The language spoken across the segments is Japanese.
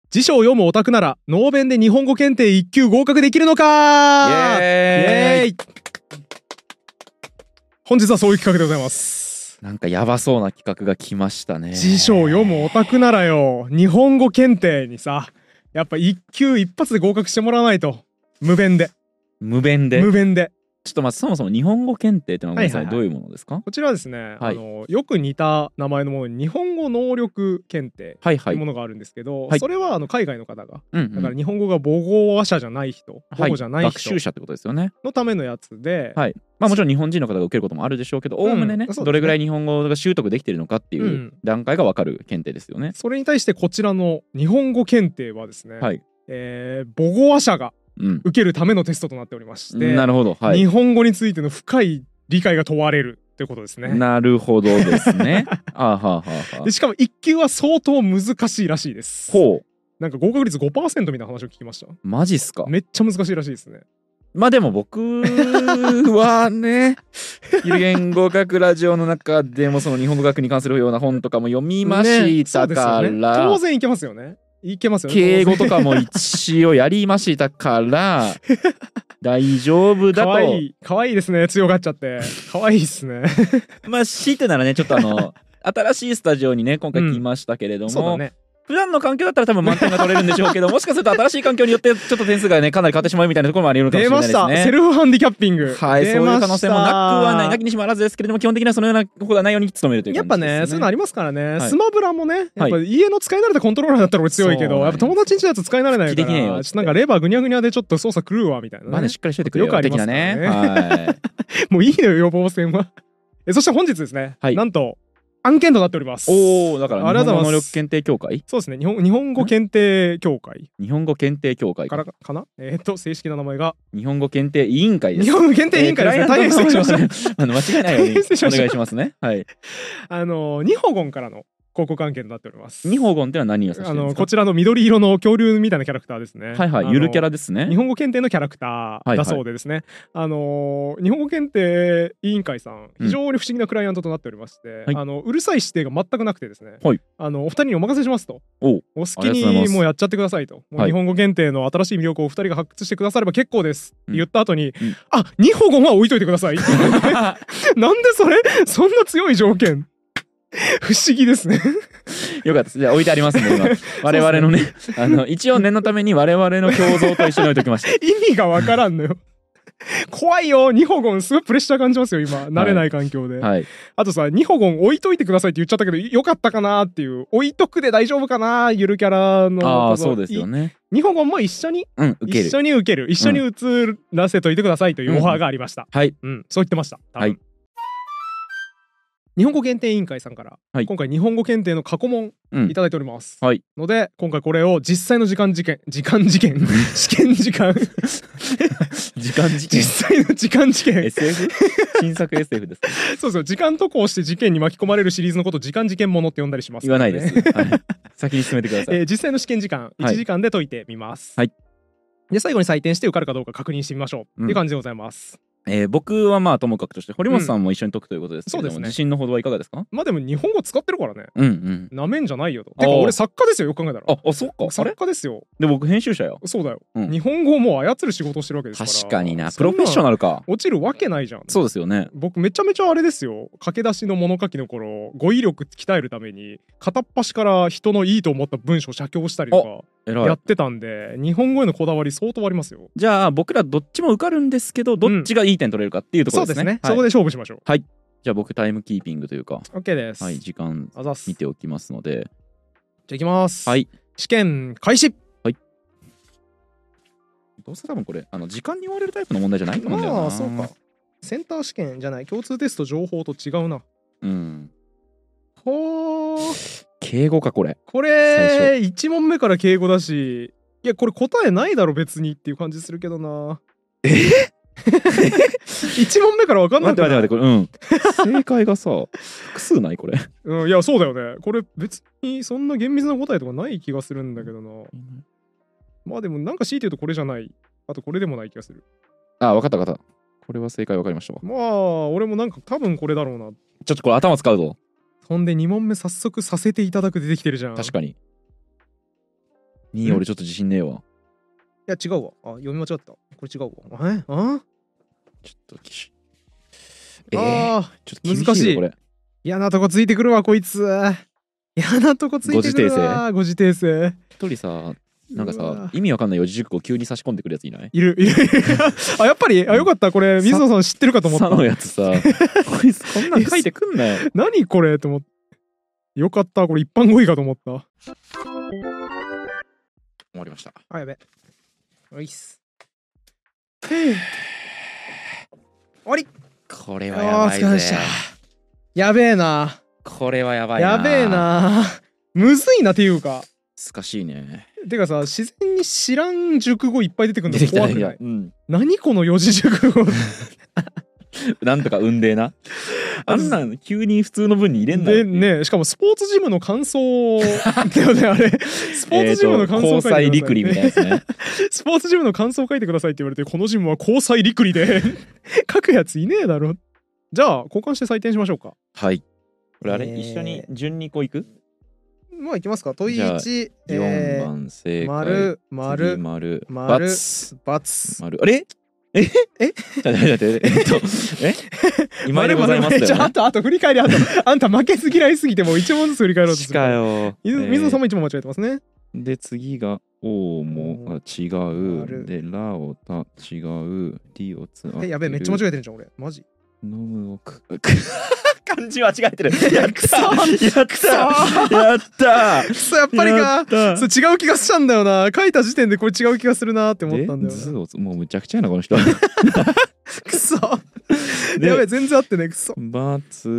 辞書を読むオタクならノーベンで日本語検定1級合格できるのか。イエーイ。本日はそういう企画でございます。 なんかやばそうな企画が来ましたね。 辞書を読むオタクならよ、日本語検定にさ、やっぱ1級一発で合格してもらわないと。無弁で。 無弁で。ちょっとまずそもそも日本語検定ってのはごめんなさい、どういうものですか？こちらはですね、よく似た名前のものに日本語能力検定というものがあるんですけど、それは海外の方が、だから日本語が母語話者じゃない人、母語じゃない人、 学習者ってことですよねのためのやつで、 まあもちろん日本人の方が受けることもあるでしょうけど、おおむねね、どれぐらい日本語が習得できているのかっていう段階が分かる検定ですよね。 それに対してこちらの日本語検定はですね、母語話者が受けるためのテストとなっておりまして、 なるほど、 日本語についての深い理解が問われるということですね。 なるほどですね。 でしかも1級は相当難しいらしいです。なんか合格率 5% みたいな話を聞きました。 マジっすか？ めっちゃ難しいらしいですね。 まあでも僕はね、ゆる言語学ラジオの中でもその日本語学に関するような本とかも読みましたから、 当然いけますよね。いけますよね。 敬語とかも一応やりましたから大丈夫だと。 かわいいですね。強がっちゃってかわいいですね。 まあ強いてならね、ちょっと新しいスタジオにね今回来ましたけれども、そうだね、普段の環境だったら多分満点が取れるんでしょうけど、もしかすると新しい環境によってちょっと点数がねかなり変わってしまうみたいなところもあり得るかもしれないですね。 出ました。セルフハンディキャッピング。 はい、そういう可能性もなくはない、なきにしもあらずですけれども、基本的にはそのようなことがないように努めるという感じですね。 やっぱね、そういうのありますからね。スマブラもね、やっぱ家の使い慣れたコントローラーだったら俺強いけど、やっぱ友達ん家だと使い慣れないから、ちょっとなんかレバーぐにゃぐにゃでちょっと操作狂うわみたいなね。 まあね、しっかりしといてくれよよくありますからね。もういいのよ予防線は。そして本日ですね、なんと案件となっております。 おお、だから日本語能力検定協会。 そうですね、日本語検定協会。 日本語検定協会からかな。正式な名前が日本語検定委員会です。 日本語検定委員会ですね。大変失礼しました。 間違いないようにお願いしますね。はい。 ニホゴンからの広告案件となっております。 ニホゴンってのは何を指してるんですか？ こちらの緑色の恐竜みたいなキャラクターですね。 はいはい、ゆるキャラですね。 日本語検定のキャラクターだそうでですね、日本語検定委員会さん非常に不思議なクライアントとなっておりまして、うるさい指定が全くなくてですね、お二人にお任せしますと、お好きにもうやっちゃってくださいと、もう日本語検定の新しい魅力をお二人が発掘してくだされば結構ですって言った後に、あ、ニホゴンは置いといてくださいなんでそんな強い条件不思議ですねよかったです。じゃあ置いてありますんで今我々のね一応念のために我々の胸像と一緒に置いておきました。 意味がわからんのよ怖いよ。ニホゴンすごいプレッシャー感じますよ今、慣れない環境で、あとさ、ニホゴン置いといてくださいって言っちゃったけどよかったかなっていう、置いとくで大丈夫かな、ゆるキャラの。 そうですよね。 ニホゴンも一緒に受ける、一緒に映らせといてくださいというオファーがありました。そう言ってました。日本語検定委員会さんから、今回日本語検定の過去問いただいております、ので今回これを実際の試験時間実際の時間事件 SF？ 新作 SF ですか？ そうそう、時間渡航して事件に巻き込まれるシリーズのことを時間事件ものって呼んだりします、 言わないです、先に進めてください。 実際の試験時間1時間で解いてみます、で最後に採点して受かるかどうか確認してみましょうっていう感じでございます。 僕はまあともかくとして堀本さんも一緒に解くということですけれども、自信のほどはいかがですか？ まあでも日本語使ってるからね。なめんじゃないよと。てか俺作家ですよ、よく考えたら。 あ、そっか、 作家ですよ。 で僕編集者よ。 そうだよ、日本語をもう操る仕事をしてるわけですから。 確かにな、プロフェッショナルか。 落ちるわけないじゃん。 そうですよね。 僕めちゃめちゃあれですよ、駆け出しの物書きの頃語彙力鍛えるために片っ端から人のいいと思った文章を写経したりとかやってたんで、日本語へのこだわり相当ありますよ。 じゃあ僕らどっちも受かるんですけど、どっちがいい点取れるかっていうところですね。 そうですね、そこで勝負しましょう。 はい、じゃあ僕タイムキーピングというか OK です。 はい、時間見ておきますので、 じゃあいきます。 はい、 試験開始。 はい、どうせ多分これ時間に追われるタイプの問題じゃないと思うんだよな。 そうか、センター試験じゃない、共通テスト情報と違うな。ほー、 敬語かこれ 1問目から敬語だし、いやこれ答えないだろ別にっていう感じするけどな。1問目から分かんない。 待ってこれ、正解がさ複数ないこれ。 いやそうだよね、これ別にそんな厳密な答えとかない気がするんだけどな。まあでもなんか強いて言うとこれじゃない、あとこれでもない気がする。 分かったこれは正解分かりましたわ。 まあ俺もなんか多分これだろうな。 ちょっとこれ頭使うぞ。 ほんで2問目早速させていただく出てきてるじゃん。 確かに。 2位俺ちょっと自信ねえわ。いや違うわ。読み間違った。これ違うわ。 ちょっとちょっと難しいこれ。嫌なとこついてくるわこいつ。嫌なとこついてくるわ。ご自訂正。 一人さ、なんかさ、意味わかんない四字熟語急に差し込んでくるやついない？ いるやっぱりよかった。これ水野さん知ってるかと思った。 さのやつさ、こいつこんなん書いてくんなよ。 何これと思って。よかった。これ一般語彙かと思った。 終わりました。 やべ。おいっす。終わり。 これはやばいぜ。 やべえな。 これはやばいな。 やべえな。むずいなっていうか。 難しいね。 てかさ、自然に知らん熟語いっぱい出てくるの怖くない？何この四字熟語。 なんとか運でな。あんなん急に普通の文に入れんなよ。 でね、しかもスポーツジムの感想だよね、あれ。スポーツジムの感想交際陸理みたいなやつね。 スポーツジムの感想を書いてくださいって言われて、このジムは交際陸理で書くやついねえだろ。じゃあ交換して採点しましょうか。 はい。これあれ、一緒に順にこういく？ もういきますか。問い1、 4番正解。 丸あれ今でございますよ、ね。 あと振り返りあんた負けず嫌いすぎてもう1問ずつ振り返ろうとする。 かよ。 水野さんも1問間違えてますね。 で次がおも違うでラをた違うリをつあやべえ、めっちゃ間違えてるじゃん俺。マジ。 飲むを漢字間違えてる。やったやったくそ、やっぱりか。そう違う気がしたんだよな。書いた時点でこれ違う気がするなって思ったんだよな。 もうむちゃくちゃやなこの人。 くそ。やべえ、全然合ってね。くそ。 バツ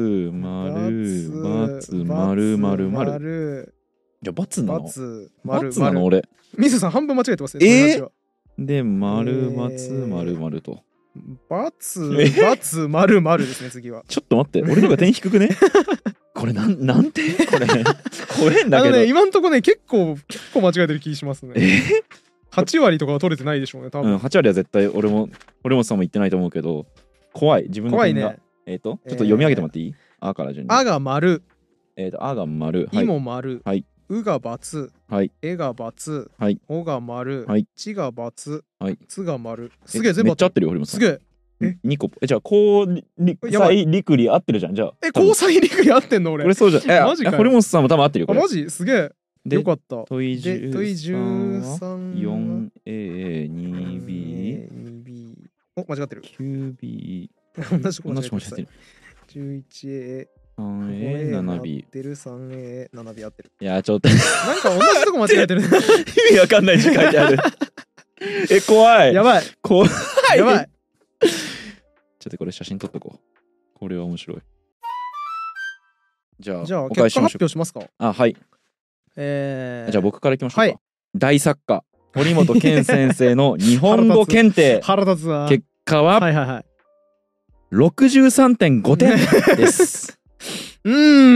丸丸。じゃバツなの？バツなの俺。 水野さん半分間違えてますね。 で丸丸と。 バツ丸丸ですね。次はちょっと待って、俺のが点低くね。これなんてこれ怖えんだけど。 今んとこね結構間違えてる気しますね。8割とかは取れてないでしょうね多分。 8割は絶対俺もさんも言ってないと思うけど、怖い。自分の点が。ちょっと読み上げてもらっていい？あから順に。 あが丸。 あが丸。 いも丸。 はい。 うが×、えが×、おが丸、ちが×、つが丸。すげえ、全部めっちゃ合ってるよ、堀本さん。 すげえ。 2個。じゃあ、交際陸理合ってるじゃん、じゃあ。 交際陸理合ってんの俺。 これそうじゃん。 マジか。 堀本さんも多分合ってるよ、これ。 マジすげえ。よかった。 問い13は 4A2B。お、間違ってる。 9B。 同じとこ間違ってる。11A。 3A、7B。 3A、7B 合ってる。 いや、ちょっと。 なんか同じとこ間違えてる。 意味わかんない字書いてある。怖い。 やばい。 怖い。 やばい。 ちょっとこれ写真撮っとこう。これは面白い。じゃあ、 結果発表しますか。 はい。じゃあ僕からいきましょうか。大作家、堀本健先生の日本語検定。 腹立つわ。 結果は、63.5 点です。 ま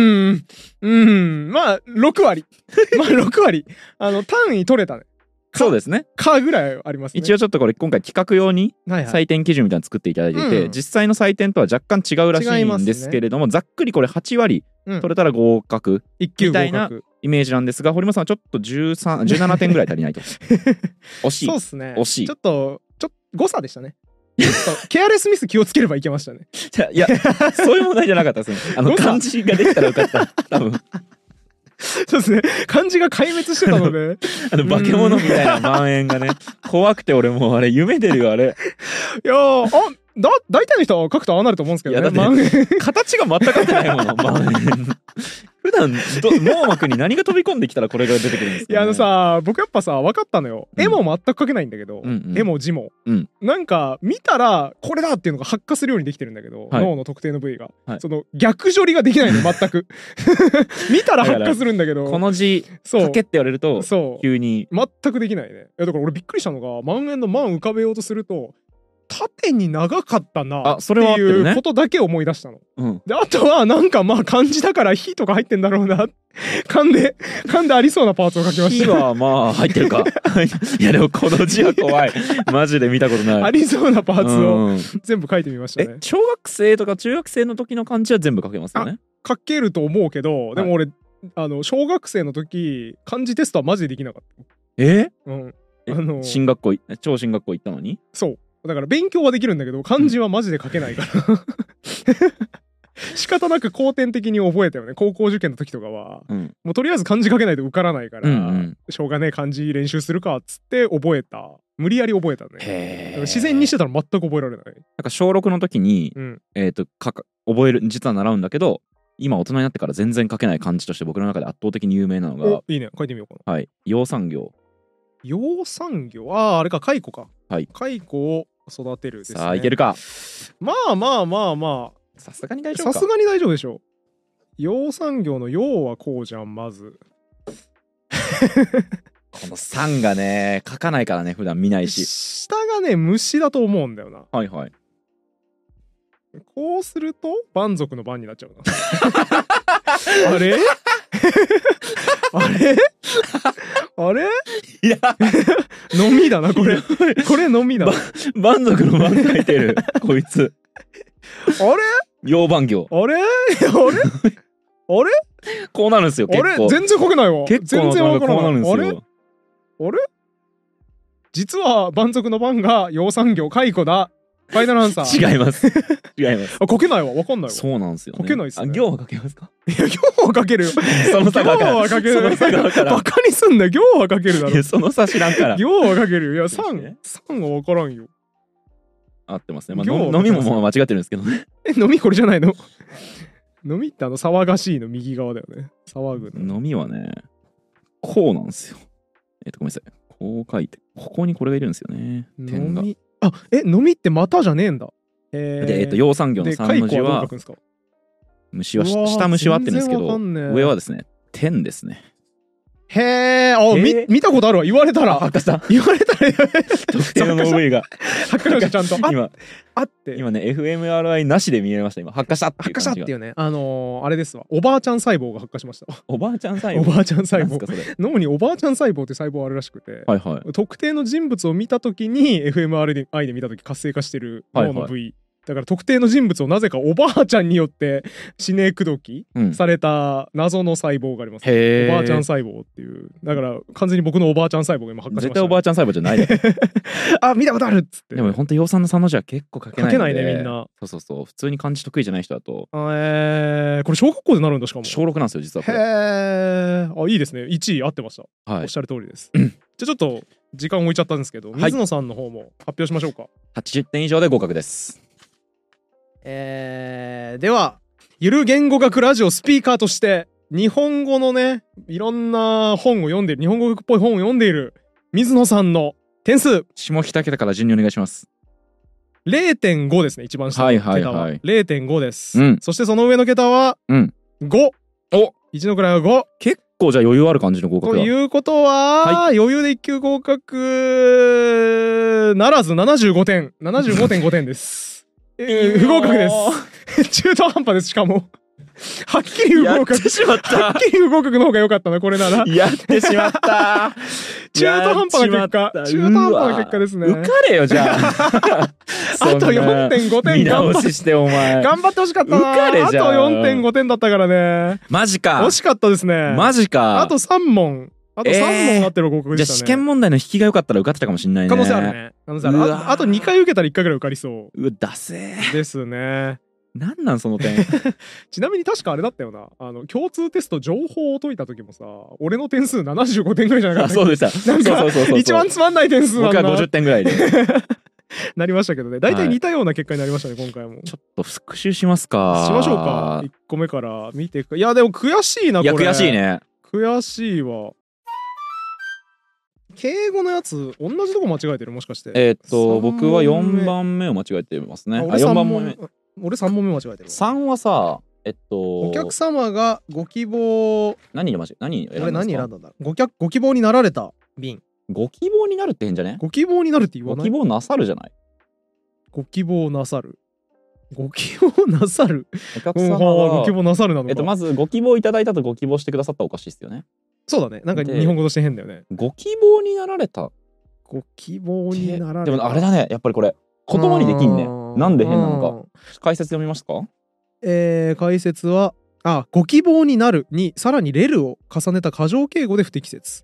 あ6割。まあ6割。単位取れたね。 そうですね。 かぐらいありますね。 一応ちょっとこれ今回企画用に採点基準みたいなの作っていただいていて、実際の採点とは若干違うらしいんですけれども、ざっくりこれ8割取れたら合格みたいなイメージなんですが、堀本さんはちょっと17点ぐらい足りないと。惜しい。 そうですね。 惜しい。 ちょっと誤差でしたね。ちょっとケアレスミス気をつければいけましたね。 いや、そういう問題じゃなかったですね。漢字ができたらよかった。多分。 そうですね。漢字が壊滅してたので。 化け物みたいな万円がね、怖くて俺もうあれ夢出るよあれ。 いや大体の人は書くとああなると思うんですけどね。形が全く合ってないもの。万円。普段網膜に何が飛び込んできたらこれが出てくるんですか、ね。 いやさ、僕やっぱさ分かったのよ。絵も全く描けないんだけど、絵も字も、なんか見たらこれだっていうのが発火するようにできてるんだけど、脳の特定の部位が、その逆処理ができないの全く。見たら発火するんだけど、 この字書けって言われると急に全くできないね。いやだから俺びっくりしたのが、万円の万浮かべようとすると縦に長かったなっていうことだけ思い出したの。であとはなんかまあ漢字だから火とか入ってんだろうな。噛んでありそうなパーツを書きました。 火はまあ入ってるか。いやでもこの字は怖い。マジで見たことない。 ありそうなパーツを全部書いてみましたね。 小学生とか中学生の時の漢字は全部書けますよね。 書けると思うけど、でも俺小学生の時漢字テストはマジでできなかった。 進学校超進学校行ったのに？ そうだから勉強はできるんだけど漢字はマジで書けないから仕方なく後天的に覚えたよね。高校受験の時とかは、もうとりあえず漢字書けないと受からないから、しょうがねえ漢字練習するかっつって覚えた。無理やり覚えたね。自然にしてたら全く覚えられない。 なんか小6の時に、覚える実は習うんだけど、今大人になってから全然書けない漢字として僕の中で圧倒的に有名なのが、 いいね、書いてみようかな。 はい、養蚕業。 養蚕業、あれか、蚕か。 はい、 蚕を育てるですね。 さあいけるか。 まあさすがに大丈夫か。 さすがに大丈夫でしょう。養蚕業の養はこうじゃん。まずこの蚕がね書かないからね、普段見ないし。 下がね虫だと思うんだよな。 はいはい。 こうすると蛮族の番になっちゃうなあれあれいや飲みだなこれ飲みだ。 蛮族の番書いてるこいつ。あれ養蚕業。 あれこうなるんですよ。 あれ全然書けないわ。全然わからない。あれ実は蛮族の番が養蚕業蚕だ。ファイナルアンサー。 違います書けないわ。わかんないわ。 そうなんですよね。 書けないっすね。 行は書けますか？ いや行は書けるよ。 その差が行は書ける。バカにすんな。行は書けるだろ。 いやその差知らんから。 行は書ける。いや3はわからんよ。 合ってますね。飲みも間違ってるんですけどね。 飲みこれじゃないの？飲みって騒がしいの右側だよね。騒ぐ。 飲みはね、こうなんですよ。ごめんなさい。こう書いて、ここにこれがいるんですよね。点が。 飲みってまたじゃねえんだ。 で、養蚕業の3の字は、虫は、下虫は合ってるんですけど、上はですね、点ですね。 へえ、見たことあるわ。言われたら。言われたら。 特定の上が。 発火したちゃんと。 今、今ね、FMRI なしで見えました。今、発火したっていう感じが。 発火したっていうね。あれですわ。おばあちゃん細胞が発火しました。 おばあちゃん細胞。 おばあちゃん細胞。脳におばあちゃん細胞って細胞あるらしくて、特定の人物を見たときに FMRI で見たとき活性化してる脳の部位。だから特定の人物をなぜかおばあちゃんによって死ね口説きされた謎の細胞があります、ね。おばあちゃん細胞っていう。だから完全に僕のおばあちゃん細胞が今発火しました、ね。 絶対おばあちゃん細胞じゃない。 あ、見たことあるっつって。 でも本当養蚕の3の字は結構書けないので。 書けないねみんな。 そう普通に漢字得意じゃない人だと。 これ小学校でなるんだしかも。 小6なんですよ実はこれ。 いいですね。1位合ってました。おっしゃる通りです。じゃあちょっと時間置いちゃったんですけど、水野さんの方も発表しましょうか。 80点以上で合格です。 ではゆる言語学ラジオスピーカーとして日本語のねいろんな本を読んでいる、日本語学っぽい本を読んでいる水野さんの点数、 下2桁から順にお願いします。 0.5 ですね。一番下の桁は 0.5 です、そしてその上の桁は5、1の位は5。 結構じゃあ余裕ある感じの合格だということは、余裕で1級合格ならず75点 75.5 点です不合格です中途半端です。しかもはっきり不合格。はっきり不合格の方が良かったなこれなら。 やってしまった中途半端な結果。中途半端な結果ですね。 受かれよじゃああと 4.5 点見直ししてお前頑張ってほしかったな。 受かれじゃああと 4.5 点だったからね。 マジか。 惜しかったですね。 マジか。 あと3問あと3問あっての合格でしたね。 じゃあ試験問題の引きが良かったら受かってたかもしれないね。 可能性あるね。可能性ある。あと2回受けたら1回ぐらい受かりそう。 だせーですね。 なんその点ちなみに確かあれだったよな。共通テスト情報を解いた時もさ、俺の点数75点ぐらいじゃなかった。 そうでした。 なんか一番つまんない点数なんだ。 僕は50点ぐらいでなりましたけどね。大体似たような結果になりましたね今回も。 ちょっと復習しますか。 しましょうか。1個目から見ていくか。いやでも悔しいなこれ。 いや悔しいね。 悔しいわ。敬語のやつ同じとこ間違えてるもしかして。 僕は4番目を間違えてますね。 俺3番目。俺3問目間違えてる。 3はさ、 お客様がご希望。 何選んだんですか？ 俺何選んだんだ。ご希望になられた便。 ご希望になるって変じゃね？ ご希望になるって言わない？ ご希望なさるじゃない？ ご希望なさる。ご希望なさる。 お客様がご希望なさるなのか。 まずご希望いただいたとご希望してくださったらおかしいですよね。 そうだね。なんか日本語として変だよね。 ご希望になられた。 ご希望になられた。 でもあれだね。やっぱりこれ言葉にできんね。なんで変なのか。解説読みますか？ 解説はご希望になるにさらにレルを重ねた過剰敬語で不適切。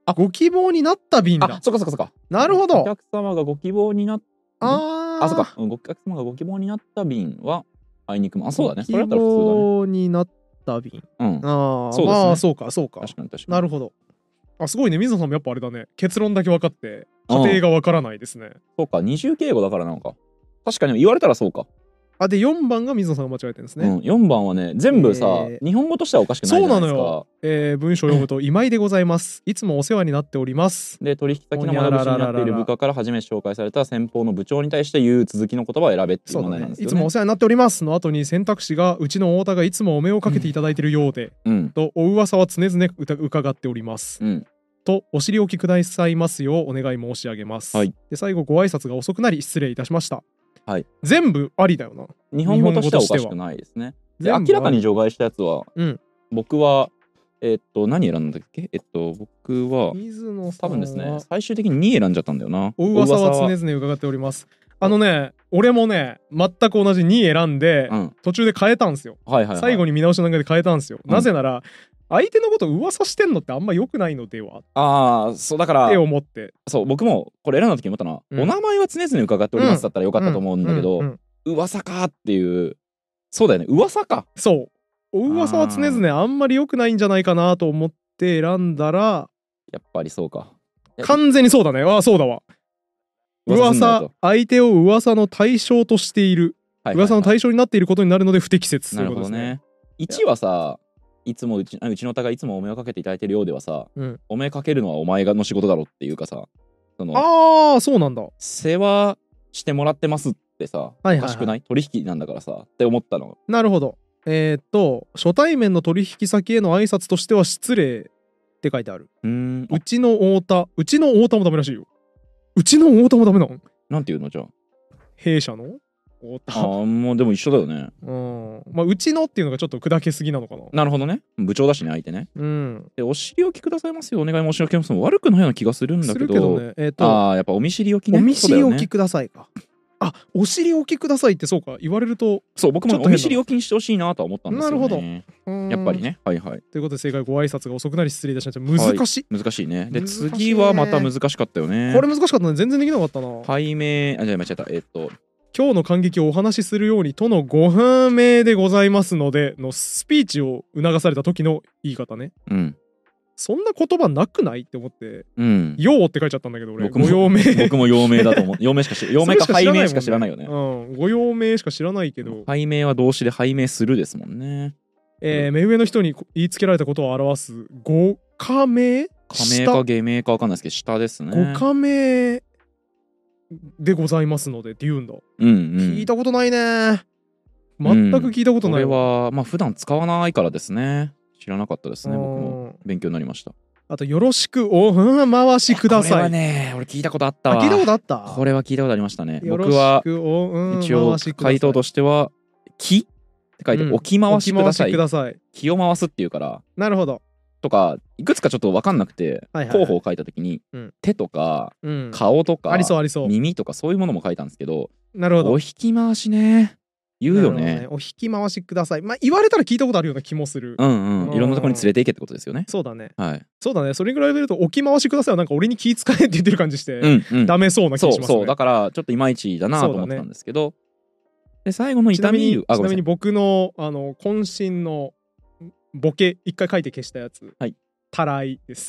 ご希望になった便だ。 そっかそっかそっか。 なるほど。 お客様がご希望になっそっか。お客様がご希望になった便はあいにくも。そうだね。それだったら普通だね。 ご希望になった便。そうですね。そうかそうか。 確かに確かに。 なるほど。すごいね。水野さんもやっぱあれだね。結論だけ分かって過程が分からないですね。 そうか。二重敬語だからなのか。確かに言われたらそうか。 で4番が水野さんが間違えてるんですね。 4番はね全部さ、日本語としてはおかしくないじゃないですか。そうなのよ。文章を読むと今井でございます。いつもお世話になっております。 で取引先の窓口になっている部下から初めて紹介された先方の部長に対して言う続きの言葉を選べっていう問題なんですよね。 いつもお世話になっておりますの後に選択肢がうちの太田がいつもお目をかけていただいているようで、とお噂は常々伺っております。とお尻置きくださいますようお願い申し上げます。で最後ご挨拶が遅くなり失礼いたしました。全部ありだよな。 日本語としてはおかしくないですね。で明らかに除外したやつは、僕は何選んだっけ？僕は多分ですね最終的に2選んじゃったんだよな。 お噂は常々伺っております。俺もね全く同じ2選んで、途中で変えたんですよ。最後に見直しの段階で変えたんですよ。なぜなら相手のこと噂してんのってあんま良くないのでは。 そうだからって思って。 そう僕もこれ選んだ時に思ったのは、お名前は常々伺っておりますだったらよかったと思うんだけど、噂かっていう。そうだよね、噂か。 そうお噂は常々あんまり良くないんじゃないかなと思って選んだらやっぱりそうか。 完全にそうだね。そうだわ。噂相手を噂の対象としている、噂の対象になっていることになるので不適切。 なるほどね。1はさいつもうちのお互いいつもお目をかけていただいてるようではさ、お目かけるのはお前がの仕事だろっていうかさ、 そうなんだ。 世話してもらってますってさ、おかしくない？取引なんだからさって思ったの。 なるほど。初対面の取引先への挨拶としては失礼って書いてある。うちの太田もダメらしいよ。うちの太田もダメなの？なんていうのじゃあ。 弊社の太田。 もうでも一緒だよね。 うちのっていうのがちょっと砕けすぎなのかな。 なるほどね。部長だしね相手ね。でお尻置きくださいますよお願い申し上げます。悪くないような気がするんだけど。やっぱお見知り置きね。 お見知り置きくださいか。お尻置きくださいってそうか言われるとそう僕もお見知り置きにしてほしいなとは思ったんですよね。 なるほど。やっぱりね。ということで正解ご挨拶が遅くなり失礼いたしました。難しい。 難しいね。で次はまた難しかったよね。 これ難しかったね。全然できなかったな。 拝命じゃあ間違えた。 今日の感激をお話しするようにとのご判明でございますのでのスピーチを促された時の言い方ね。そんな言葉なくないって思って、ようって書いちゃったんだけど俺。ご用命。 僕も用命だと思う。用命か拝命しか知らないよね。 ご用命しか知らないけど。 拝命は動詞で拝命するですもんね。 目上の人に言いつけられたことを表すご下命？ 下命か下命か分かんないですけど下ですね。 ご下命でございますのでって言うんだ。聞いたことないね。全く聞いたことない。 これはまあ普段使わないからですね。知らなかったですね。僕も勉強になりました。 あとよろしくお回しください。 これはね俺聞いたことあったわ。 聞いたことあった。 これは聞いたことありましたね。僕は一応回答としては気って書いておき回しください。気を回すっていうから。 なるほど。 とかいくつかちょっと分かんなくて候補を書いた時に手とか顔とか耳とかそういうものも書いたんですけど、 なるほど。 お引き回しね言うよね。 お引き回しください。言われたら聞いたことあるような気もする。 いろんなところに連れて行けってことですよね。 そうだね。そうだね。それぐらいで言うと置き回しくださいはなんか俺に気遣えって言ってる感じしてダメそうな気がしますね。 そうだからちょっといまいちだなと思ったんですけど、で最後の痛みちなみに僕の渾身のボケ一回書いて消したやつ、たらいです。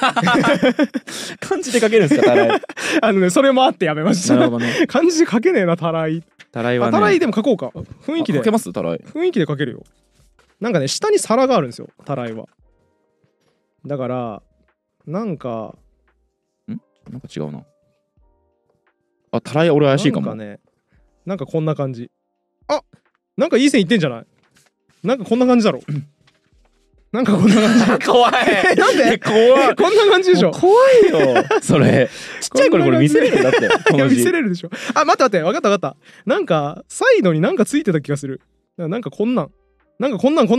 漢字で書けるんですかたらい。 それもあってやめました。 なるほどね。 漢字で書けねえなたらい。 たらいはね。 たらいでも書こうか。雰囲気で書けますたらい。 雰囲気で書けるよ。なんかね下に皿があるんですよたらいは。だからなんか違うな。たらい俺怪しいかも。 なんかこんな感じ。なんかいい線いってんじゃない？なんかこんな感じだろ。なんかこんな感じ。 怖い。 なんで？ 怖い。 こんな感じでしょ。 怖いよ。それ。ちっちゃい頃これ見せれるんだって。 いや見せれるでしょ。待って分かった。なんかサイドになんかついてた気がする。なんかこんなん。なんかこんなん。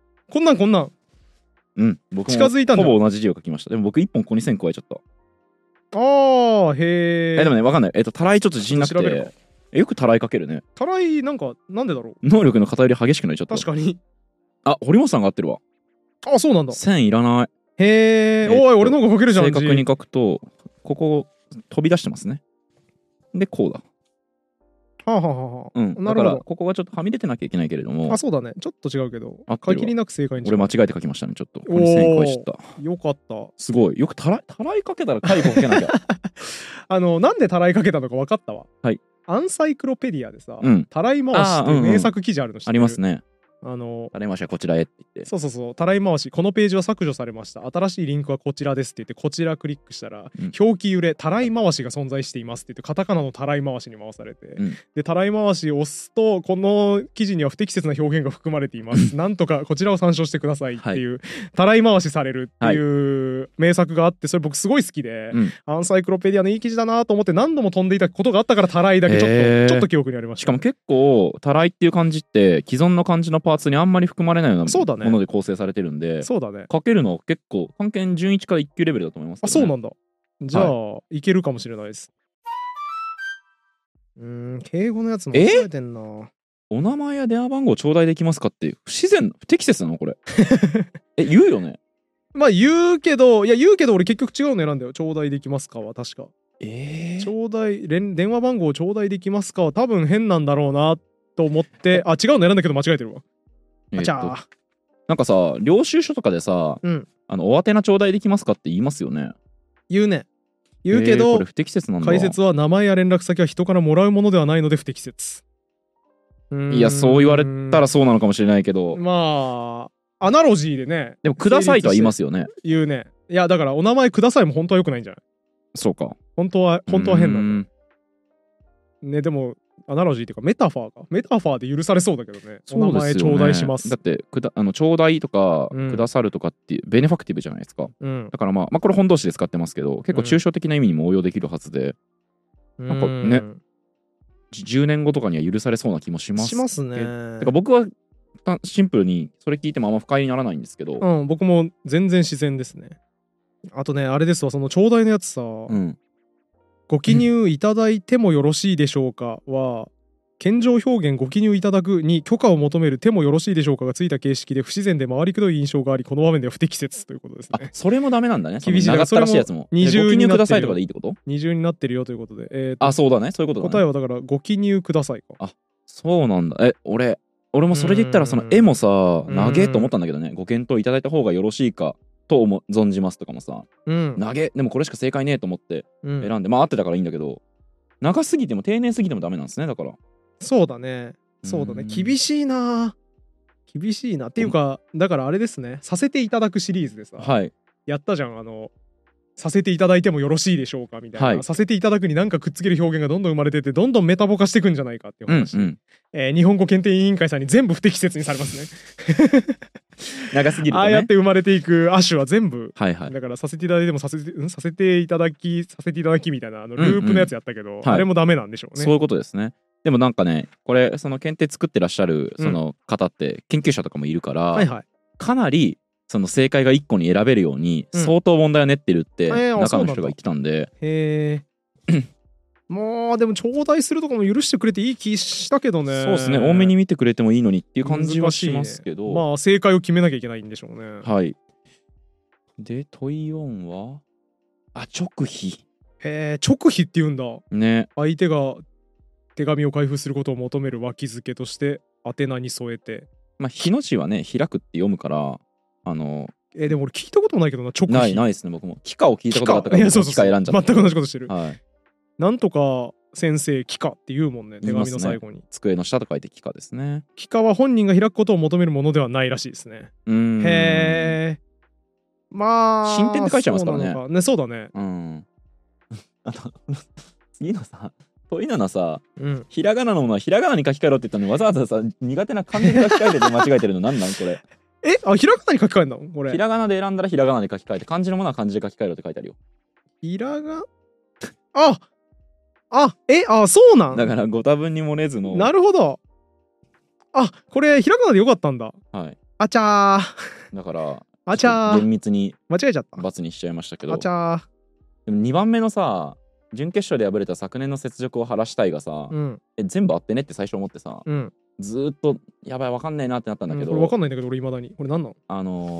僕も近づいたんだ。 ほぼ同じ字を書きました。でも僕一本ここに線加えちゃった。 へえ。 でもね分かんない。たらいちょっと自信なくて。よくたらいかけるね。 たらいなんでだろう。 能力の偏り激しくなっちゃった。 確かに。 堀本さんが合ってるわ。 そうなんだ。 線いらない。 へえ、おい、俺の方が書けるじゃん。 正確に書くと、ここ飛び出してますね。で、こうだ。 はあはあはあ。 だからここがちょっとはみ出てなきゃいけないけれども。 あ、そうだね。ちょっと違うけど。限りなく正解に。 俺間違えて書きましたね、ちょっと。ここに線書いちゃった。 よかった。 すごい。よくたらいかけたら解雇かけなきゃ。 なんでたらいかけたのか分かったわ。 はい。 アンサイクロペディアでさ、たらい回しっていう名作記事あるの知ってる？ ありますね。 たらい回しはこちらへって言って。 そうたらい回し、このページは削除されました、新しいリンクはこちらですって言って、こちらクリックしたら、表記揺れたらい回しが存在していますって言って、カタカナのたらい回しに回されて、でたらい回しを押すと、この記事には不適切な表現が含まれていますなんとかこちらを参照してくださいっていう、たらい回しされるっていう名作があって、それ僕すごい好きで、アンサイクロペディアのいい記事だなと思って何度も飛んでいたことがあったから、たらいだけちょっと記憶にありました。 しかも結構たらいっていう漢字って既存の漢字のパーツにあんまり含まれないようなもので構成されてるんで、 そうだね。 書けるの結構漢検準1から1級レベルだと思いますけどね。 あ、そうなんだ。じゃあ、いけるかもしれないです。敬語のやつも間違えてんな。 お名前や電話番号頂戴できますかって不自然、不適切なのこれ。言うよね。 まあ言うけど俺結局違うの選んだよ。頂戴できますかは確か。頂戴電話番号頂戴できますかは多分変なんだろうなと思って、違うの選んだけど間違えてるわ。じゃあなんかさ、領収書とかでさ、お宛名頂戴できますかって言いますよね。 言うけど、 これ不適切なんだ。 解説は名前や連絡先は人からもらうものではないので不適切。 いや、そう言われたらそうなのかもしれないけど、 まあアナロジーでね。 でもくださいとは言いますよね。 言うね。いやだからお名前くださいも本当は良くないんじゃない？ そうか。 本当は変なんだね。でもアナロジーっていうかメタファーで許されそうだけどね。お名前頂戴します。 だって頂戴とかくださるとかってベネファクティブじゃないですか。だからまあこれ本動詞で使ってますけど、結構抽象的な意味にも応用できるはずで、なんかね、10年後とかには許されそうな気もします。 しますね。 だから僕はシンプルにそれ聞いてもあんま不快にならないんですけど、 僕も全然自然ですね。あとね、あれですわ、その頂戴のやつさ、ご記入いただいてもよろしいでしょうかは、謙譲表現ご記入いただくに許可を求める手もよろしいでしょうかがついた形式で不自然で回りくどい印象があり、この場面では不適切ということですね。 それもダメなんだね。 厳しい。 長ったらしいやつも。 二重にくださいとかでいいってこと？ 二重になってるよということで。 そうだね。そういうことだね。 答えはだからご記入くださいか。 そうなんだ。俺もそれで言ったらその絵もさ、長えと思ったんだけどね。ご検討いただいた方がよろしいかと存じますとかもさ、長え、でもこれしか正解ねえと思って選んで、合ってたからいいんだけど、長すぎても丁寧すぎてもダメなんですね。だからそうだね厳しいなっていうか、だからあれですね、させていただくシリーズでさ、やったじゃん、させていただいてもよろしいでしょうかみたいな、させていただくに何かくっつける表現がどんどん生まれてて、どんどんメタボ化していくんじゃないかっていう話、日本語検定委員会さんに全部不適切にされますね。 長すぎるとね。 ああやって生まれていく亜種は全部、だからさせていただいてもさせていただきみたいなループのやつやったけど、あれもダメなんでしょうね。 そういうことですね。でもなんかね、これその検定作ってらっしゃるその方って研究者とかもいるから、かなりその正解が1個に選べるように相当問題を練ってるって中の人が言ってたんで、 まあでも頂戴するとかも許してくれていい気したけどね。 そうですね、多めに見てくれてもいいのにっていう感じはしますけど、 まあ正解を決めなきゃいけないんでしょうね。 で問い4は勅費。 勅費って言うんだね。 相手が手紙を開封することを求める脇付けとして宛名に添えて、 日の字はね開くって読むから、 でも俺聞いたこともないけどな、勅費ないですね。僕も帰化を聞いたことがあったから、帰化選んじゃった。 全く同じことしてる。なんとか先生帰化って言うもんね、手紙の最後に。 机の下と書いて帰化ですね。 帰化は本人が開くことを求めるものではないらしいですね。へえ。まあ進展って書いちゃいますからね。 そうだね。 次のさ問い7さ、ひらがなのものはひらがなに書き換えろって言ったのに、わざわざさ苦手な漢字に書き換えてて間違えてるのなんなんこれ。 ひらがなに書き換えんのこれ。 ひらがなで選んだらひらがなで書き換えて、漢字のものは漢字で書き換えろって書いてあるよ。 ひらがそうなんだからご多分に漏れずの。 なるほど。これひらがなでよかったんだ。あちゃー。だから厳密に間違えちゃった ×にしちゃいましたけど。 あちゃー。でも2番目のさ、準決勝で敗れた昨年の雪辱を晴らしたいがさ、全部あってねって最初思ってさ、ずっとやばいわかんないなってなったんだけど、 これわかんないんだけど俺いまだにこれ何なの？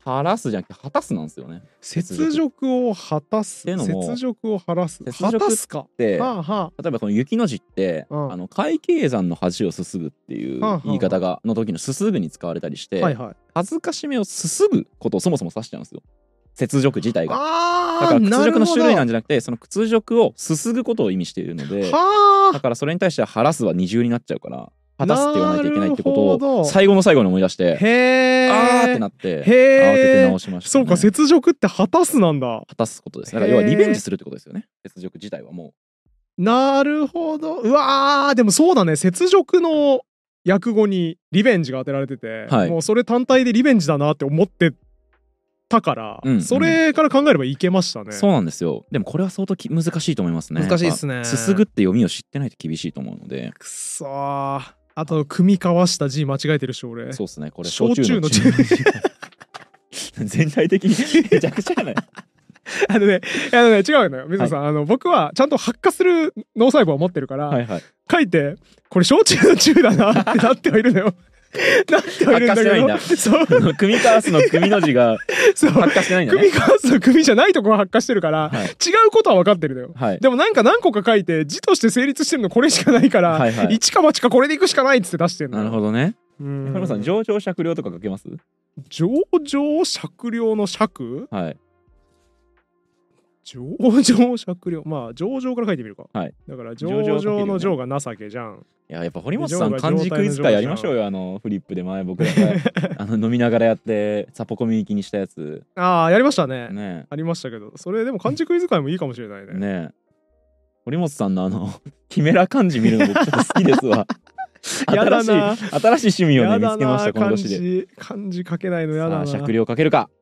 晴らすじゃなくて果たすなんですよね。 雪辱を果たす。雪辱を晴らす。果たすか。 例えばこの雪の字って、海景山の恥をすすぐっていう言い方がの時のすすぐに使われたりして、恥ずかしめをすすぐことをそもそも指しちゃうんですよ。雪辱自体が。だから屈辱の種類なんじゃなくて、その屈辱をすすぐことを意味しているので、だからそれに対しては晴らすは二重になっちゃうから、果たすって言わないといけないってことを最後の最後に思い出して、あーってなって慌てて直しましたね。 そうか、雪辱って果たすなんだ。 果たすことです。だから要はリベンジするってことですよね。雪辱自体はもう。なるほど。うわー、でもそうだね。雪辱の訳語にリベンジが当てられてて、もうそれ単体でリベンジだなって思ってたから、それから考えればいけましたね。 そうなんですよ。でもこれは相当難しいと思いますね。 難しいですね。 すすぐって読みを知ってないと厳しいと思うので。 くそー。あと組み交わした字間違えてるし俺。 そうですね。これ焼酎の字全体的にめちゃくちゃやない。 違うのよ水野さん。僕はちゃんと発火する脳細胞を持ってるから、書いてこれ焼酎の酎だなってなってはいるのよ。なってはいるんだけど、 そう組み交わすの組の字が発火してないんだね。 組み交わすの組じゃないとこが発火してるから、違うことは分かってるのよ。でもなんか何個か書いて字として成立してるのこれしかないから、一か八かこれでいくしかないっつって出してるの。 なるほどね。山野さん、上場酌量とか書けます？ 上場酌量の酌？ はい。 上場酌量、まあ上場から書いてみるか。だから上場の上が情けじゃん。 やっぱ堀本さん漢字クイズ会やりましょうよ。フリップで前僕らが飲みながらやってサポコミ行きにしたやつ。 やりましたね。ありましたけど、それでも漢字クイズ会もいいかもしれないね。 堀本さんのキメラ漢字見るの僕ちょっと好きですわ。新しい趣味をね見つけました。この年で漢字書けないのやだな。 酌量書けるか。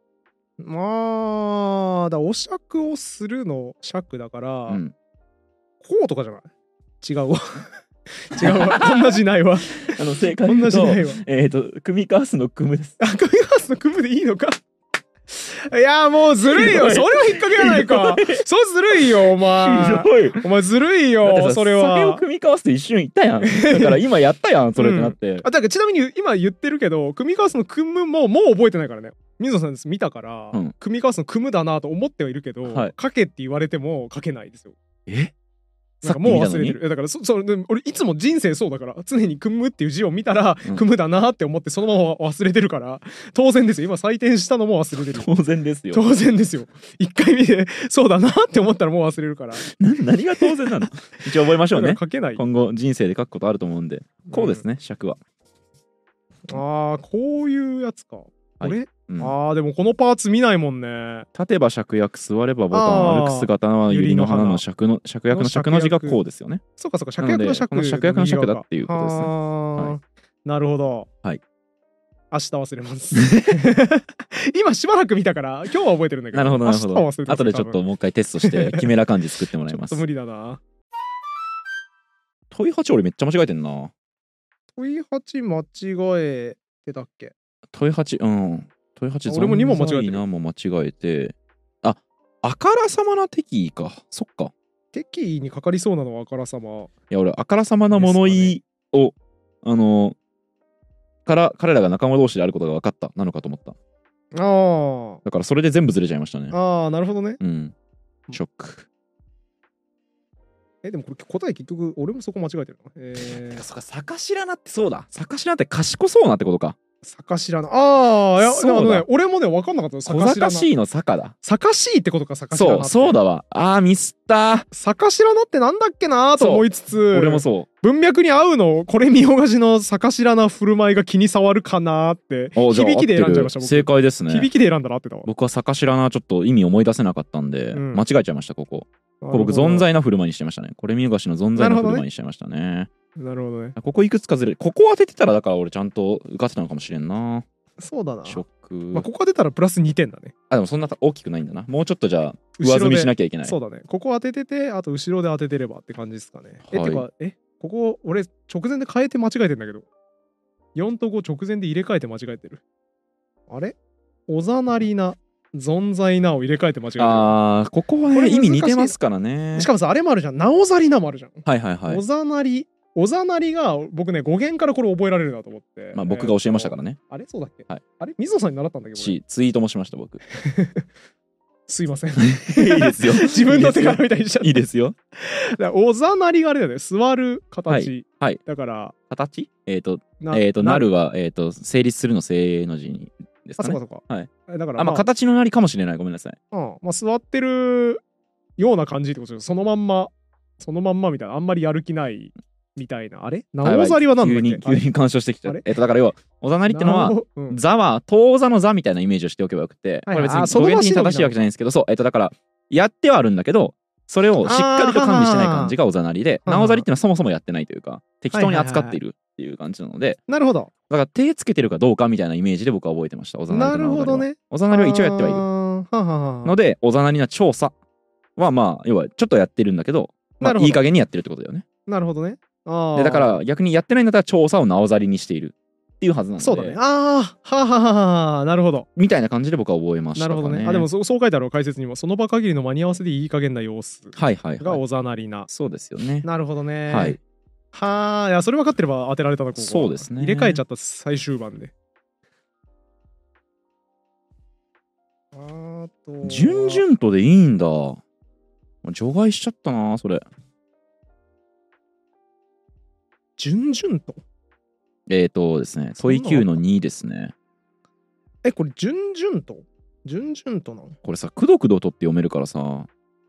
お酌をするの酌だから、こうとかじゃない？違うわ。違うわ。こんな字ないわ。 正解言うと組み交わすの組むです。 組み交わすの組むでいいのか。いやもうずるいよ。それは引っ掛けやないか。そうずるいよお前。お前ずるいよ。それは酒を組み交わすって一瞬言ったやん。だから今やったやんそれってなって。 だからちなみに今言ってるけど、組み交わすの組むもう覚えてないからね。水野さんです見たから、組み交わすの組むだなと思ってはいるけど、書けって言われても書けないですよ。なんかもう忘れてる。だから俺いつも人生そうだから、常に組むっていう字を見たら、組むだなって思ってそのまま忘れてるから、当然ですよ。今採点したのも忘れてる。 当然ですよ。 当然ですよ。一回見てそうだなって思ったらもう忘れるから。 何が当然なの？一応覚えましょうね。 書けない。 今後人生で書くことあると思うんで。こうですね、尺は。 こういうやつか。これ？でもこのパーツ見ないもんね。 立てば芍薬、座ればボタン、歩く姿は百合の花の芍薬の芍の字がこうですよね。 そうか芍薬の芍。 この芍薬の芍だっていうことですね。 なるほど。 はい。 明日忘れます。今しばらく見たから今日は覚えてるんだけど。 なるほどなるほど。後でちょっともう一回テストしてキメラ漢字作ってもらいます。 ちょっと無理だな。 問い8俺めっちゃ間違えてんな。 問い8間違えてたっけ？ 問い8問い8 俺も2問間違えてる。 何も間違えて、あからさまな敵意か。そっか。 敵意にかかりそうなのはあからさま。 いや俺あからさまな物言いを、彼らが仲間同士であることが分かったなのかと思った。だからそれで全部ずれちゃいましたね。 なるほどね。 ショック。 でもこれ答え結局俺もそこ間違えてるな。そっか、坂白菜ってそうだ。坂白菜って賢そうなってことか。 坂白菜。俺もね分かんなかった。 小賢しいの坂だ。 坂しいってことか坂白菜。 そうだわ。ミスった。 坂白菜ってなんだっけなと思いつつ、 俺もそう。 文脈に合うのこれ見よがしの坂白菜振る舞いが気に障るかなって響きで選んじゃいました。 正解ですね。 響きで選んだら合ってたわ。 僕は坂白菜ちょっと意味思い出せなかったんで、間違えちゃいましたここ。僕存在な振る舞いにしてましたね。これ見よがしの存在な振る舞いにしてましたね。 なるほどね。 ここいくつかずれ、ここ当ててたらだから俺ちゃんと受かってたのかもしれんな。 そうだな。 ショック。 ここ出たらプラス2点だね。 でもそんな大きくないんだな。もうちょっとじゃあ上積みしなきゃいけない。 そうだね。ここ当ててて、あと後ろで当ててればって感じですかね。てかここ俺直前で変えて間違えてんだけど、4と5直前で入れ替えて間違えてる。あれ？おざなりな存在なを入れ替えて間違えてる。 ここはね意味似てますからね。 しかもさあれもあるじゃん。なおざりなもあるじゃん。 はい。 おざなりおざなりが僕ね語源からこれ覚えられるなと思って、 まあ僕が教えましたからね。 あれそうだっけ、 はい、 あれ水野さんに習ったんだっけしツイートもしました僕すいませんいいですよ自分の手からみたいにしちゃった。 いいですよ。 おざなりがあれだよね、座る形、 はいはい、 だから形なるは成立するの正の字にですかね。 あ、そうかそうか、 はい、 だからまあ形のなりかもしれない、ごめんなさい。 まあ座ってるような感じってことですよ。そのまんまみたいな、あんまりやる気ないみたいな。あれなおざりは何だっけ。 急に干渉してきちゃう。だから要はおざなりってのは座は当座の座みたいなイメージをしておけばよくて、これ別に語源に正しいわけじゃないんですけど、そうだからやってはあるんだけど、それをしっかりと管理してない感じがおざなりで、なおざりってのはそもそもやってないというか適当に扱っているっていう感じなので、 なるほど。 だから手つけてるかどうかみたいなイメージで僕は覚えてました。おざなりとなおざりは。 なるほどね。 おざなりは一応やってはいるので、おざなりな調査はまあ要はちょっとやってるんだけど、まあいい加減にやってるってことだよね。 なるほどね。 でだから逆にやってないんだったら調査をなおざりにしているっていうはずなので。 そうだね。ああ、はははは、なるほど。 みたいな感じで僕は覚えましたかね。 なるほどね。あ、でもそう書いてある解説にも、その場限りの間に合わせでいい加減な様子がおざなりな。 そうですよね。 なるほどね。 はい。 はあ、いやそれ分かってれば当てられたの。ここそうですね。 入れ替えちゃった最終盤で。 順々とでいいんだ。除外しちゃったなそれ。 順々とですね、問い9の2ですね。 これ順々となの？ これさ、くどくどとって読めるからさ、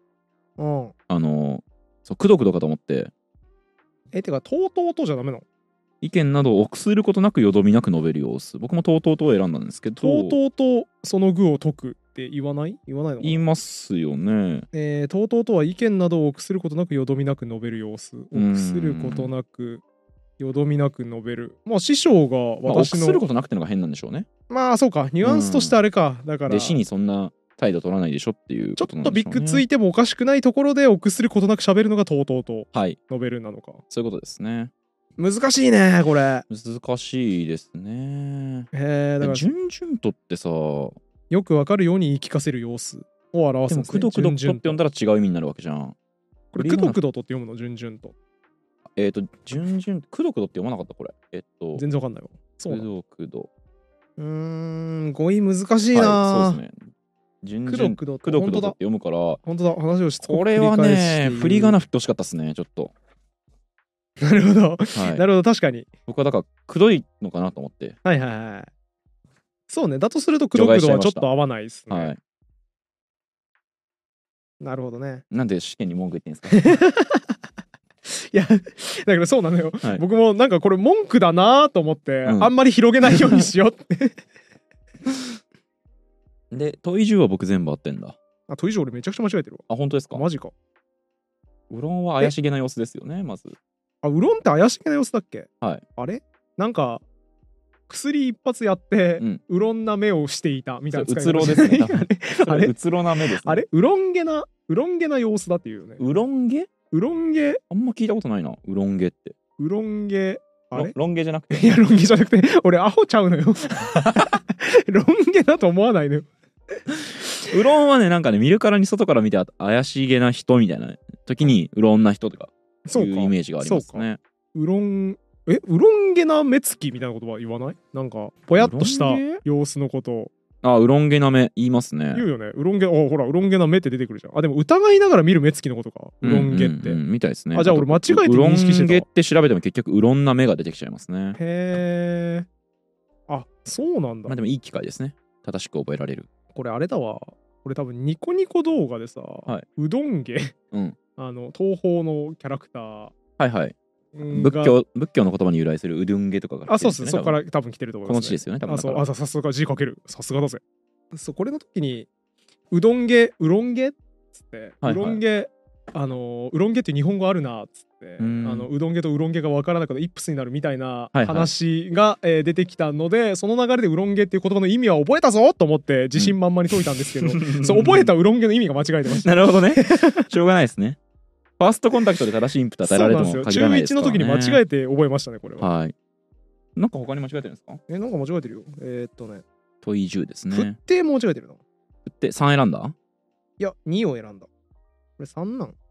そうくどくどかと思って。 てかとうとうとじゃダメなの？ 意見などを臆することなくよどみなく述べる様子。僕もとうとうとを選んだんですけど、 とうとうとその具を解くって言わないの？ 言いますよね。 とうとうとは意見などを臆することなくよどみなく述べる様子。臆することなくよどみなく述べる。まあ師匠が私の、 臆することなくってのが変なんでしょうね。 まあそうか、ニュアンスとしてあれか。だから弟子にそんな態度取らないでしょっていうことなんでしょうね。 ちょっとビッグついてもおかしくないところで臆することなく喋るのがとうとうと述べるなのか。 そういうことですね。 難しいねこれ。 難しいですね。 だから順々とってさ、よくわかるように言い聞かせる様子を表すんですね。 でもくどくどとって読んだら違う意味になるわけじゃん。 これくどくどとって読むの？順々と。 順々くどくどって読まなかったこれ。 全然わかんないわ。 そうくどくど。 語彙難しいな。 そうですね。順々くどくどって読むから。 本当だ。話をしつこくこれはね、振り仮名振ってほしかったっすね、ちょっと。 なるほど。なるほど、確かに。 僕はだからくどいのかなと思って。 はいはいはい。そうね。だとするとくどくどはちょっと合わないですね。はい。なるほどね。 なんで試験に文句言ってんですか？ いやだけどそうなのよ、はい、僕もなんかこれ文句だなと思って、あんまり広げないようにしようってで問い10は僕全部合ってんだ。 問い10俺めちゃくちゃ間違えてるわ。 本当ですか？ マジか。 うろんは怪しげな様子ですよね。まずうろんって怪しげな様子だっけ？ はい。 あれなんか薬一発やって、うろんな目をしていたみたいな。 うつろですね。あれうつろな目ですね。 あれうろんげな様子だっていうね。 うろんげあんま聞いたことないな。うろんげって。 うろんげあれロン毛じゃなくて。 いやロン毛じゃなくて俺アホちゃうのよロン毛だと思わないのようろんはねなんかね見るからに外から見て怪しげな人みたいな時にうろんな人とかいうイメージがありますね。 うろんげな目つきみたいなことは言わない？なんかぽやっとした様子のことを。 うろんげな目言いますね。 言うよね。うろんげ、ほらうろんげな目って出てくるじゃん。でも疑いながら見る目つきのことか。うろんげって。 みたいですね。 じゃあ俺間違えて認識してた。 うろんげって調べても結局うろんな目が出てきちゃいますね。 へー。そうなんだ。 でもいい機会ですね。正しく覚えられる。 これあれだわ。これ多分ニコニコ動画でさ、うどんげ、東宝のキャラクター。 はい仏教の言葉に由来するうどんげとかが、 そうっす。そこから多分来てると思います、 この地ですよね。多分さすが字書ける。さすがだぜ。これの時にうどんげっつって、うどんげって日本語あるなっつって、うどんげとうろんげが分からなくてイップスになるみたいな話が出てきたので、その流れでうろんげっていう言葉の意味は覚えたぞと思って自信満々に解いたんですけど、覚えたうろんげの意味が間違えてました。 なるほどね。しょうがないですね。ファーストコンタクトで正しいインプット与えられるとも限らないですからね。 中1の時に間違えて覚えましたね、これは。 はい。なんか他に間違えてるんですか？ なんか間違えてるよ。 問い10ですね。 振っても間違えてるな。 振って3選んだ？ いや、2を選んだ。これ3なん？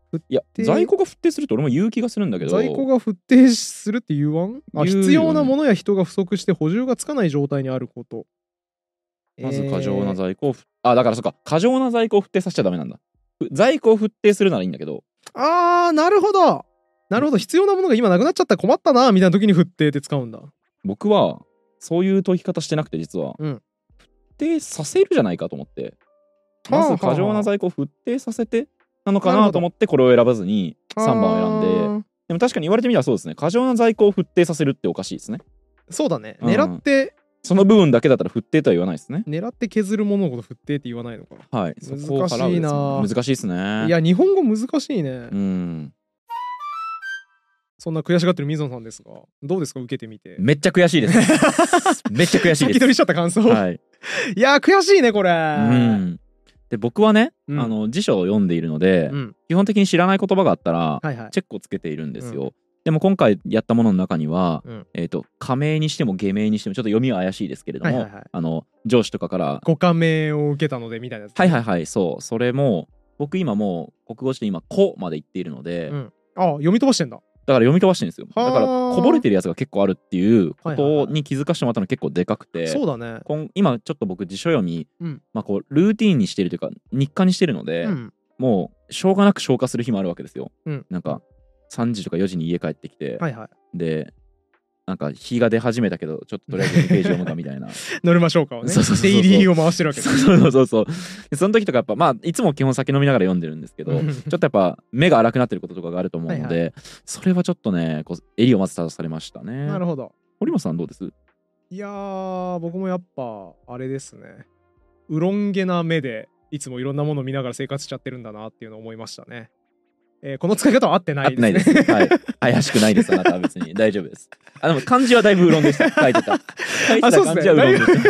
いや在庫が沸騰すると俺も言う気がするんだけど、 在庫が沸騰するって言わん？必要なものや人が不足して補充がつかない状態にあること。 まず過剰な在庫をだからそっか、過剰な在庫を沸騰させちゃダメなんだ。在庫を沸騰するならいいんだけど。 なるほどなるほど。必要なものが今なくなっちゃったら困ったなみたいな時に沸騰って使うんだ。 僕はそういう解き方してなくて、実は、沸騰させるじゃないかと思って、まず過剰な在庫を沸騰させてなのかなと思ってこれを選ばずに3番を選んで。でも確かに言われてみたらそうですね。過剰な在庫を沸騰させるっておかしいですね。 そうだね。狙ってその部分だけだったら沸騰とは言わないですね。 狙って削るもののこと沸騰って言わないのか。 はい。 難しいな。 難しいですね。 いや日本語難しいね。そんな悔しがってる水野さんですが、どうですか、受けてみて。 めっちゃ悔しいです。めっちゃ悔しいです。 先取りしちゃった感想。はい。いや悔しいねこれ。 で僕はね、辞書を読んでいるので、基本的に知らない言葉があったらチェックをつけているんですよ。でも今回やったものの中には、仮名にしても下名にしてもちょっと読みは怪しいですけれども、上司とかからご加盟を受けたのでみたいなやつ。 はいそう、それも僕今もう国語辞典今「こ」まで言っているので、 読み飛ばしてんだ。 だから読み飛ばしてるんですよ。だからこぼれてるやつが結構あるっていうことに気づかせてもらったの結構でかくて、 そうだね。 今ちょっと僕辞書読み、こうルーティーンにしてるというか日課にしてるので、もうしょうがなく消化する日もあるわけですよ。なんか3時とか4時に家帰ってきて、でなんか日が出始めたけどちょっととりあえず2ページ読むかみたいなノルマ消化をね、デイリーを回してるわけです。 そうその時とかやっぱいつも基本酒飲みながら読んでるんですけどちょっとやっぱ目が荒くなってることとかがあると思うので、それはちょっとねこう襟をまず立たされましたね。 なるほど。 堀本さんどうです？ いやー僕もやっぱあれですね、うろんげな目でいつもいろんなものを見ながら生活しちゃってるんだなっていうのを思いましたね。この使い方は合ってないですね。合ってないです。はい。 怪しくないです。あなたは別に大丈夫です。でも漢字はだいぶうろんでした。書いてた。漢字はうろんでした。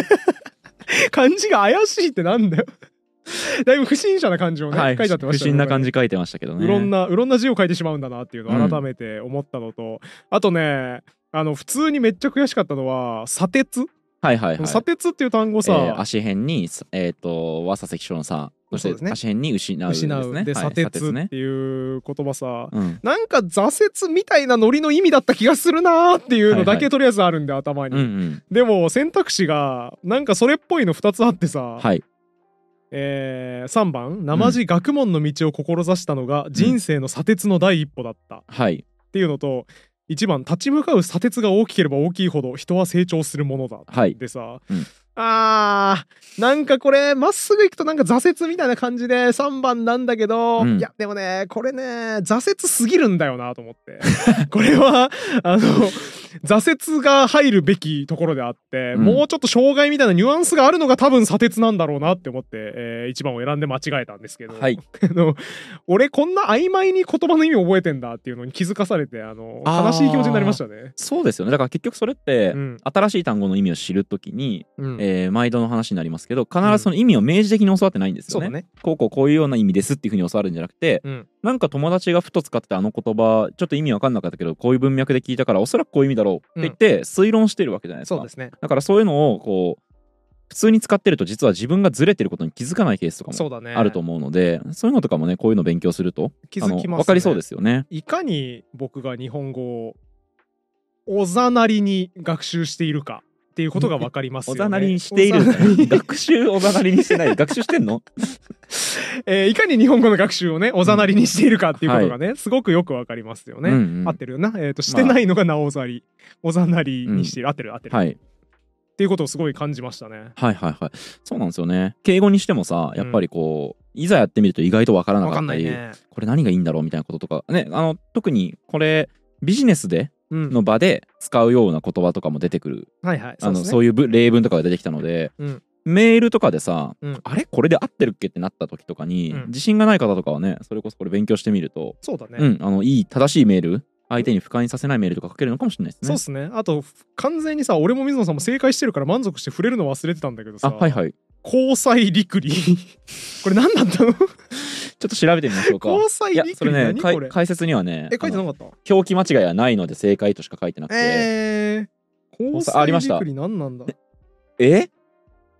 漢字が怪しいってなんだよ。だいぶ不審者な感じをね、書いてあってましたね。 不審な感じ書いてましたけどね。 うろんな字を書いてしまうんだなっていうのを改めて思ったのと、あとね、普通にめっちゃ悔しかったのは砂鉄。砂鉄っていう単語さ、 足辺に和佐関所のさ、そして足辺に失うですね。 で砂鉄っていう言葉さ、なんか挫折みたいなノリの意味だった気がするなーっていうのだけとりあえずあるんで頭に。でも選択肢がなんかそれっぽいの2つあってさ、3番生地学問の道を志したのが人生の砂鉄の第一歩だったっていうのと、1番立ち向かう砂鉄が大きければ大きいほど人は成長するものだでさ、なんかこれまっすぐ行くとなんか挫折みたいな感じで3番なんだけど、いやでもねこれね挫折すぎるんだよなと思ってこれは挫折が入るべきところであって、もうちょっと障害みたいなニュアンスがあるのが多分砂鉄なんだろうなって思って、1番を選んで間違えたんですけど、俺こんな曖昧に言葉の意味を覚えてんだっていうのに気づかされて悲しい気持ちになりましたね。 そうですよね。だから結局それって、新しい単語の意味を知るときに、毎度の話になりますけど必ずその意味を明示的に教わってないんですよね。こういうような意味ですっていうふうに教わるんじゃなくて、なんか友達がふと使ってた言葉ちょっと意味わかんなかったけどこういう文脈で聞いたからおそらくこういう意味だろうって言って推論してるわけじゃないですか。 そうですね。 だからそういうのをこう普通に使ってると実は自分がずれてることに気づかないケースとかもあると思うので、そういうのとかもねこういうの勉強すると気づきますね。 分かりそうですよね。 いかに僕が日本語をおざなりに学習しているかっていうことが分かりますよね。 おざなりにしている学習おざなりにしてない学習してんのいかに日本語の学習をねおざなりにしているかっていうことがね、すごくよく分かりますよね。合ってるよな。してないのがなおざり、おざなりにしている、合ってるっていうことをすごい感じましたね。 そうなんですよね。敬語にしてもさやっぱりこう、いざやってみると意外と分からなかったり、これ何がいいんだろうみたいなこととかね、特にこれビジネスでの場で使うような言葉とかも出てくる、そういう例文とかが出てきたので、メールとかでさ、あれこれで合ってるっけってなった時とかに、自信がない方とかはねそれこそこれ勉強してみると、 そうだね、 いい正しいメール、相手に不快にさせないメールとか書けるのかもしれないですね。 そうですね。あと完全にさ俺も水野さんも正解してるから満足して触れるの忘れてたんだけどさ、交際陸理これ何だったのちょっと調べてみましょうか。 交際陸理それね解説にはね書いてなかった。 表記間違いはないので正解としか書いてなくて、 交際陸理何なんだ。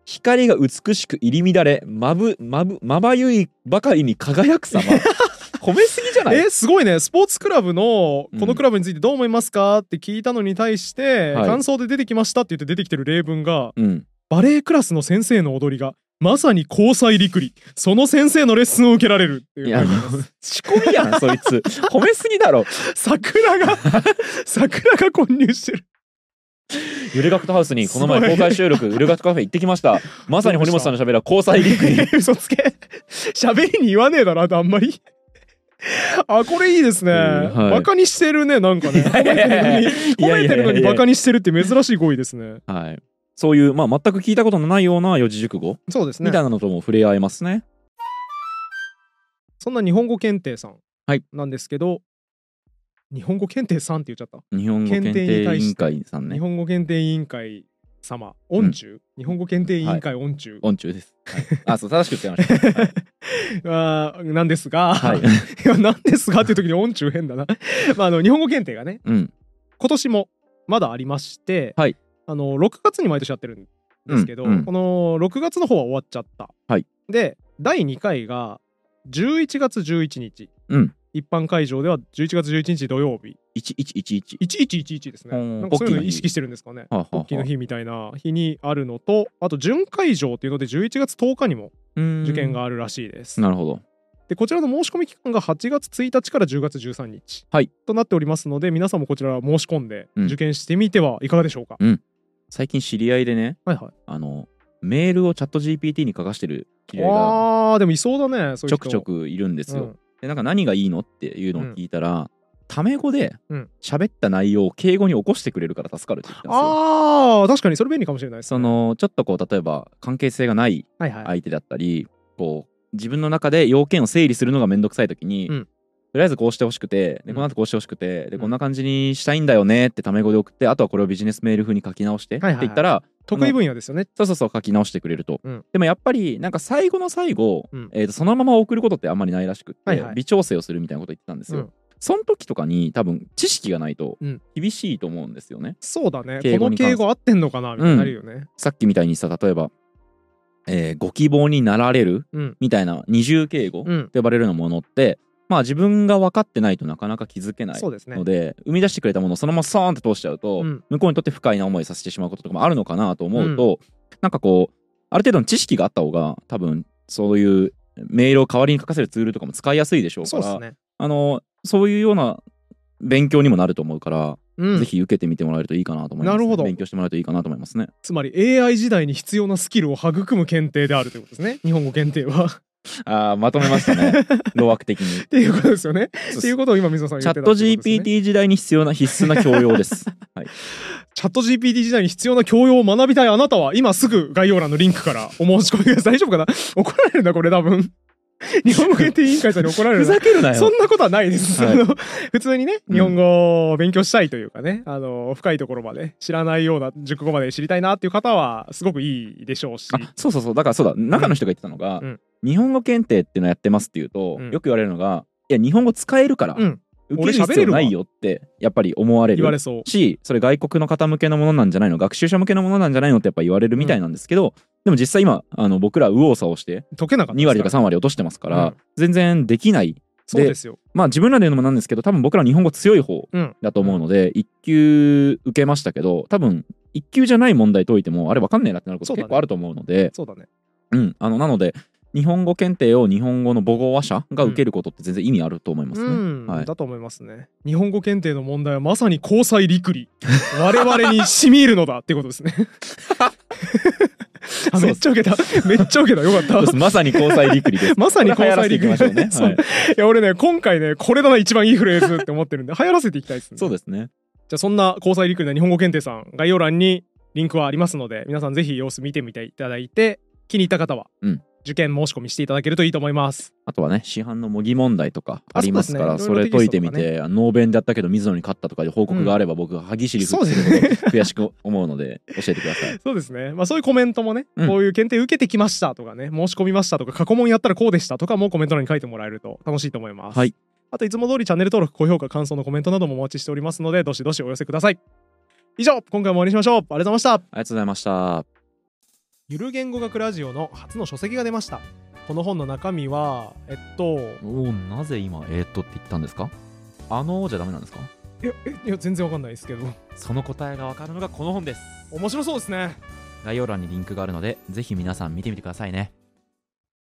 光が美しく入り乱れまばゆいばかりに輝く様褒めすぎじゃない？ すごいね。スポーツクラブのこのクラブについてどう思いますかって聞いたのに対して、感想で出てきましたって言って出てきてる例文が、バレエクラスの先生の踊りがまさに交際陸理、その先生のレッスンを受けられるっていう。いや、 仕込みやんそいつ。褒めすぎだろ。 桜が混入してる。 ゆるがくとハウスにこの前公開収録ゆるがくカフェ行ってきました。まさに堀本さんのしゃべりは交際陸理。 嘘つけ。しゃべりに言わねえだろ、あとあんまり。あ、これいいですね。バカにしてるね、なんかね。褒めてるのにバカにしてるって珍しい語彙ですね。 はい。そういう、まあ、全く聞いたことのないような四字熟語、 そうですね、 みたいなのとも触れ合えますね。 そんな日本語検定さんなんですけど、日本語検定さんって言っちゃった。 日本語検定委員会さんね。 日本語検定委員会様、御中、日本語検定委員会御中。 御中です。あ、そう、正しく言ってました。 なんですが、なんですがっていう時に御中変だな。まあ、日本語検定がね、今年もまだありまして、6月に毎年やってるんですけど、この6月の方は終わっちゃった。で、第2回が11月11日。一般会場では11月11日土曜日。1111ですね。なんかそういうの意識してるんですかね。ポッキーの日みたいな日にあるのと、あと準会場っていうので11月10日にも受験があるらしいです。 なるほど。 でこちらの申し込み期間が8月1日から10月13日となっておりますので、皆さんもこちら申し込んで受験してみてはいかがでしょうか。 最近知り合いでね、メールをチャット GPT に書かしてる知り合いがでもいそうだね。 ちょくちょくいるんですよ。でなんか何がいいのっていうのを聞いたら、タメ語で喋った内容を敬語に起こしてくれるから助かるって言ったんですよ。 確かにそれ便利かもしれないですね。 ちょっとこう例えば関係性がない相手だったり、こう自分の中で要件を整理するのがめんどくさい時に、とりあえずこうしてほしくて、でこの後こうしてほしくて、でこんな感じにしたいんだよねってタメ語で送って、あとはこれをビジネスメール風に書き直してって言ったら、 得意分野ですよね。 そう書き直してくれると。でもやっぱりなんか最後の最後、そのまま送ることってあんまりないらしくって、微調整をするみたいなこと言ってたんですよ。その時とかに多分知識がないと厳しいと思うんですよね。 そうだね。この敬語合ってんのかなみたいになるよね。 さっきみたいにさ、例えばご希望になられるみたいな二重敬語と呼ばれるようなものって、まあ自分が分かってないとなかなか気づけないので、生み出してくれたものをそのままソーンって通しちゃうと、向こうにとって不快な思いさせてしまうこととかもあるのかなと思うと、なんかこうある程度の知識があった方が多分そういうメールを代わりに書かせるツールとかも使いやすいでしょうから、そういうような勉強にもなると思うから、ぜひ受けてみてもらえるといいかなと思います、ね。なるほど。勉強してもらえるといいかなと思いますね。 つまり AI 時代に必要なスキルを育む検定であるということですね。日本語検定は。 まとめましたね。路枠的に。 っていうことですよね。っていうことを今水野さん言ってたってことですね。 チャット GPT 時代に必須な教養です。 チャット GPT 時代に必要な教養を学びたいあなたは今すぐ概要欄のリンクからお申し込みが大丈夫かな。怒られるんだこれ多分。日本語検定委員会さんに怒られる。 ふざけるなよ。 そんなことはないです。普通にね、日本語を勉強したいというかね、深いところまで知らないような熟語まで知りたいなっていう方はすごくいいでしょうし。 そうだからそうだ、中の人が言ってたのが、日本語検定っていうのやってますっていうと、よく言われるのが、いや日本語使えるから、受ける必要ないよってやっぱり思われるし、それ外国の方向けのものなんじゃないの、学習者向けのものなんじゃないのってやっぱ言われるみたいなんですけど、でも実際今僕ら右往左往して2割とか3割落としてますから、全然できない。 そうですよ。 まあ自分らで言うのもなんですけど、多分僕ら日本語強い方だと思うので、1級受けましたけど、多分1級じゃない問題解いてもあれ分かんねえなってなること結構あると思うので、 そうだね。 なので日本語検定を日本語の母語話者が受けることって全然意味あると思いますね。 だと思いますね。日本語検定の問題はまさに交際陸理。我々に染み入るのだってことですね。めっちゃ受けた。めっちゃ受けた。よかった。 まさに交際陸理です。 まさに交際陸理。いや俺ね、今回ね、これだな一番いいフレーズって思ってるんで流行らせていきたいですね。 そうですね。 じゃあそんな交際陸理な日本語検定さん、概要欄にリンクはありますので、皆さんぜひ様子見てみていただいて、気に入った方は受験申し込みしていただけるといいと思います。 あとはね、市販の模擬問題とかありますから、それ解いてみて、ノーベンでやったけど水野に勝ったとかで報告があれば、僕が歯ぎしり振ってるほど悔しく思うので教えてください。 そうですね。まあそういうコメントもね、こういう検定受けてきましたとかね、申し込みましたとか、過去問やったらこうでしたとかもコメント欄に書いてもらえると楽しいと思います。あといつも通りチャンネル登録、高評価、感想のコメントなどもお待ちしておりますので、どしどしお寄せください。以上、今回も終わりにしましょう。ありがとうございました。 ありがとうございました。 ゆる言語学ラジオの初の書籍が出ました。この本の中身はなぜ今って言ったんですか？じゃダメなんですか？ いや全然わかんないですけど、 その答えがわかるのがこの本です。 面白そうですね。 概要欄にリンクがあるのでぜひ皆さん見てみてくださいね。